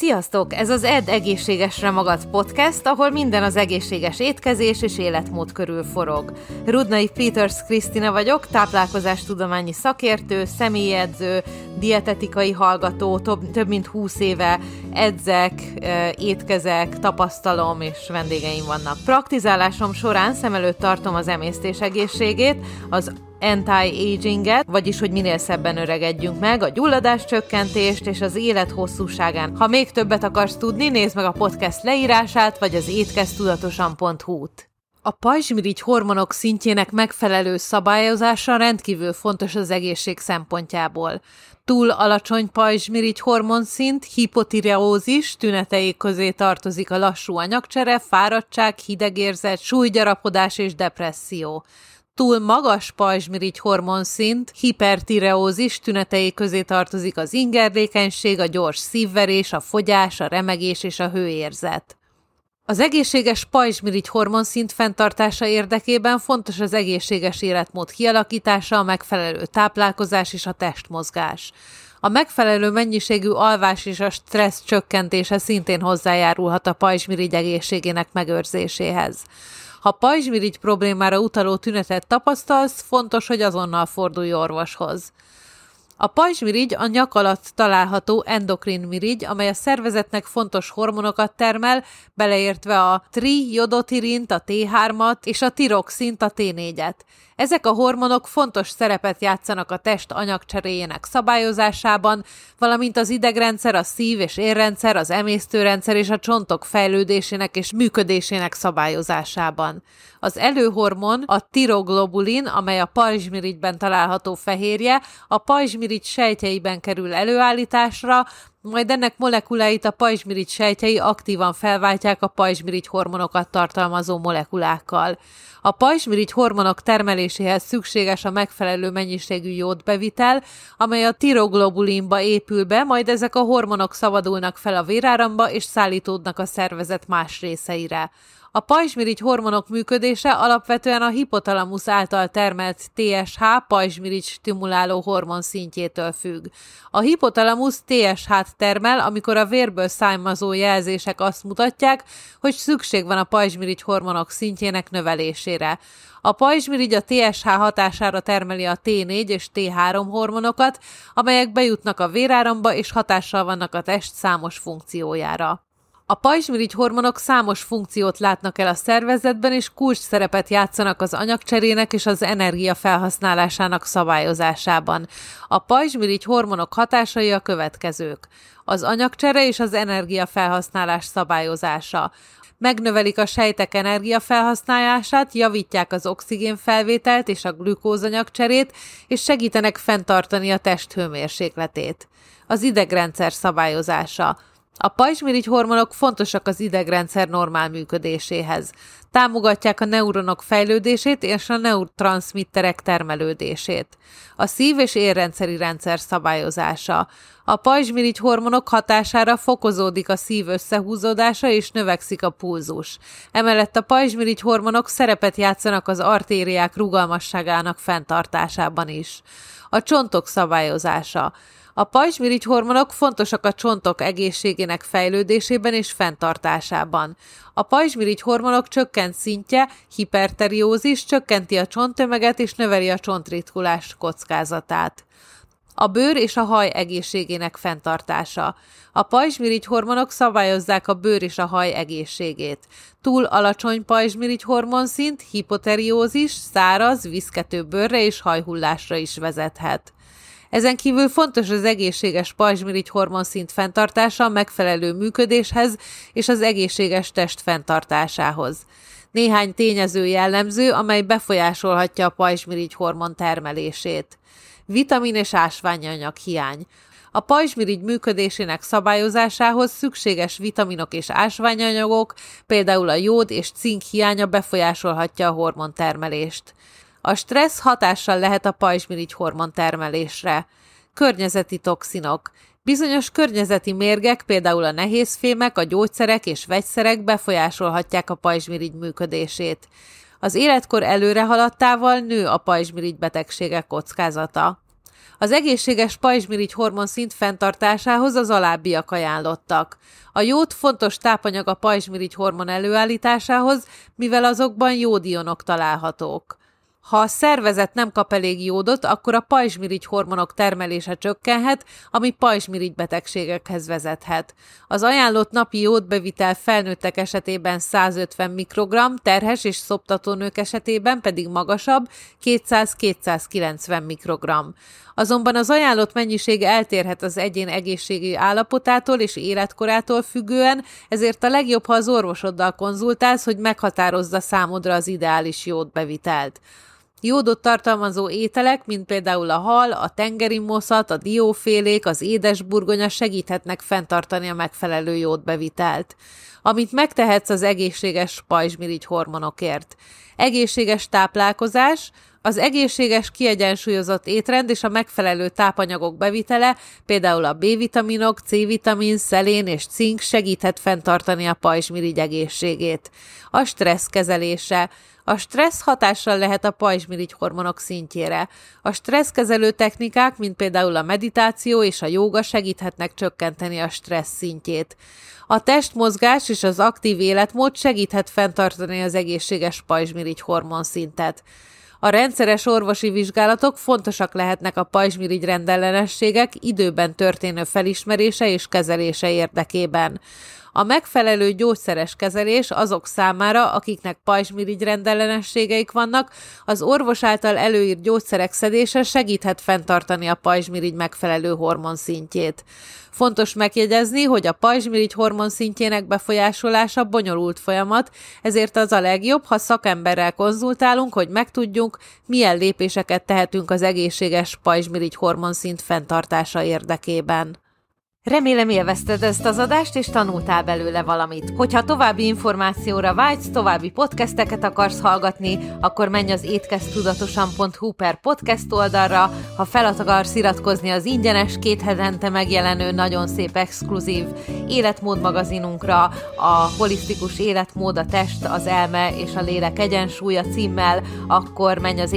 Sziasztok! Ez az Edd egészségesre magad podcast, ahol minden az egészséges étkezés és életmód körül forog. Rudnai Peters Krisztina vagyok, táplálkozástudományi szakértő, személyedző, dietetikai hallgató, több mint 20 éve edzek, étkezek, tapasztalom és vendégeim vannak. Praktizálásom során szem előtt tartom az emésztés egészségét, az anti-aginget, vagyis hogy minél szebben öregedjünk meg, a gyulladás csökkentést és az élet hosszúságán. Ha még többet akarsz tudni, nézd meg a podcast leírását, vagy az étkeztudatosan.hu-t. A pajzsmirigy hormonok szintjének megfelelő szabályozása rendkívül fontos az egészség szempontjából. Túl alacsony pajzsmirigy hormonszint, hipotireózis tünetei közé tartozik a lassú anyagcsere, fáradtság, hidegérzet, súlygyarapodás és depresszió. Túl magas pajzsmirigy hormonszint, hipertireózis tünetei közé tartozik az ingerlékenység, a gyors szívverés, a fogyás, a remegés és a hőérzet. Az egészséges pajzsmirigy hormonszint fenntartása érdekében fontos az egészséges életmód kialakítása, a megfelelő táplálkozás és a testmozgás. A megfelelő mennyiségű alvás és a stressz csökkentése szintén hozzájárulhat a pajzsmirigy egészségének megőrzéséhez. Ha pajzsmirigy problémára utaló tünetet tapasztalsz, fontos, hogy azonnal fordulj orvoshoz. A pajzsmirigy a nyak alatt található endokrin mirigy, amely a szervezetnek fontos hormonokat termel, beleértve a triiodotirint, a T3-at és a tiroxint, a T4-et. Ezek a hormonok fontos szerepet játszanak a test anyagcseréjének szabályozásában, valamint az idegrendszer, a szív- és érrendszer, az emésztőrendszer és a csontok fejlődésének és működésének szabályozásában. Az előhormon, a tiroglobulin, amely a pajzsmirigyben található fehérje, a pajzsmirigy sejtjeiben kerül előállításra, majd ennek molekuláit a pajzsmirigy sejtjei aktívan felváltják a pajzsmirigy hormonokat tartalmazó molekulákkal. A pajzsmirigy hormonok termeléséhez szükséges a megfelelő mennyiségű jódbevitel, amely a tiroglobulinba épül be, majd ezek a hormonok szabadulnak fel a véráramba és szállítódnak a szervezet más részeire. A pajzsmirigy hormonok működése alapvetően a hipotalamusz által termelt TSH pajzsmirigy stimuláló hormon szintjétől függ. A hipotalamusz TSH-t termel, amikor a vérből származó jelzések azt mutatják, hogy szükség van a pajzsmirigy hormonok szintjének növelésére. A pajzsmirigy a TSH hatására termeli a T4 és T3 hormonokat, amelyek bejutnak a véráramba és hatással vannak a test számos funkciójára. A pajzsmirigy hormonok számos funkciót látnak el a szervezetben, és kulcs szerepet játszanak az anyagcserének és az energia felhasználásának szabályozásában. A pajzsmirigy hormonok hatásai a következők: az anyagcsere és az energiafelhasználás szabályozása. Megnövelik a sejtek energiafelhasználását, javítják az oxigénfelvételt és a glükózanyagcserét, és segítenek fenntartani a test hőmérsékletét. Az idegrendszer szabályozása. A pajzsmirigy hormonok fontosak az idegrendszer normál működéséhez. Támogatják a neuronok fejlődését és a neurotranszmitterek termelődését. A szív- és érrendszeri rendszer szabályozása. A pajzsmirigy hormonok hatására fokozódik a szív összehúzódása és növekszik a pulzus. Emellett a pajzsmirigy hormonok szerepet játszanak az artériák rugalmasságának fenntartásában is. A csontok szabályozása. A pajzsmirigy hormonok fontosak a csontok egészségének fejlődésében és fenntartásában. A pajzsmirigy hormonok csökkent szintje, hiperteriózis, csökkenti a csonttömeget és növeli a csontritkulás kockázatát. A bőr és a haj egészségének fenntartása. A pajzsmirigy hormonok szabályozzák a bőr és a haj egészségét. Túl alacsony pajzsmirigy hormonszint, hipoteriózis, száraz, viszkető bőrre és hajhullásra is vezethet. Ezen kívül fontos az egészséges pajzsmirigy hormonszint fenntartása a megfelelő működéshez és az egészséges test fenntartásához. Néhány tényező jellemző, amely befolyásolhatja a pajzsmirigy hormon termelését. Vitamin és ásványanyag hiány. A pajzsmirigy működésének szabályozásához szükséges vitaminok és ásványanyagok, például a jód és cink hiánya befolyásolhatja a hormontermelést. A stressz hatással lehet a pajzsmirigy hormontermelésre. Környezeti toxinok. Bizonyos környezeti mérgek, például a nehézfémek, a gyógyszerek és vegyszerek befolyásolhatják a pajzsmirigy működését. Az életkor előrehaladtával nő a pajzsmirigy betegségek kockázata. Az egészséges pajzsmirigy hormonszint fenntartásához az alábbiak ajánlottak. A jód fontos tápanyag a pajzsmirigy hormon előállításához, mivel azokban jódionok találhatók. Ha a szervezet nem kap elég jódot, akkor a pajzsmirigy hormonok termelése csökkenhet, ami pajzsmirigy betegségekhez vezethet. Az ajánlott napi jódbevitel felnőttek esetében 150 mikrogramm, terhes és szoptató nők esetében pedig magasabb, 200-290 mikrogramm. Azonban az ajánlott mennyiség eltérhet az egyén egészségi állapotától és életkorától függően, ezért a legjobb, ha az orvosoddal konzultálsz, hogy meghatározza számodra az ideális jódbevitelt. Jódot tartalmazó ételek, mint például a hal, a tengeri moszat, a diófélék, az édesburgonya segíthetnek fenntartani a megfelelő jódbevitelt. Amit megtehetsz az egészséges pajzsmirigy hormonokért. Egészséges táplálkozás, az egészséges, kiegyensúlyozott étrend és a megfelelő tápanyagok bevitele, például a B-vitaminok, C-vitamin, szelén és cink segíthet fenntartani a pajzsmirigy egészségét. A stressz kezelése. A stressz hatással lehet a pajzsmirigy hormonok szintjére. A stresszkezelő technikák, mint például a meditáció és a jóga segíthetnek csökkenteni a stressz szintjét. A testmozgás és az aktív életmód segíthet fenntartani az egészséges pajzsmirigy hormonszintet. A rendszeres orvosi vizsgálatok fontosak lehetnek a pajzsmirigy rendellenességek időben történő felismerése és kezelése érdekében. A megfelelő gyógyszeres kezelés azok számára, akiknek pajzsmirigy rendellenességeik vannak, az orvos által előírt gyógyszerek szedése segíthet fenntartani a pajzsmirigy megfelelő hormonszintjét. Fontos megjegyezni, hogy a pajzsmirigy hormonszintjének befolyásolása bonyolult folyamat, ezért az a legjobb, ha szakemberrel konzultálunk, hogy megtudjunk, milyen lépéseket tehetünk az egészséges pajzsmirigy hormonszint fenntartása érdekében. Remélem élvezted ezt az adást, és tanultál belőle valamit. Hogyha további információra vágysz, további podcasteket akarsz hallgatni, akkor menj az étkeztudatosan.hu/podcast oldalra, ha fel akarsz iratkozni az ingyenes 2 hetente megjelenő nagyon szép exkluzív életmódmagazinunkra, a holisztikus életmód, a test, az elme és a lélek egyensúlya címmel, akkor menj az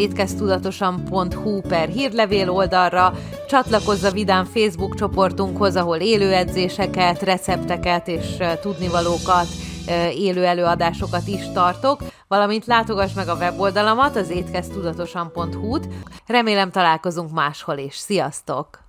étkeztudatosan.hu/hírlevél oldalra, csatlakozz a vidám Facebook csoportunkhoz, ahol élő edzéseket, recepteket és tudnivalókat, élő előadásokat is tartok, valamint látogass meg a weboldalamat, az étkeztudatosan.hu-t. Remélem találkozunk máshol is. Sziasztok!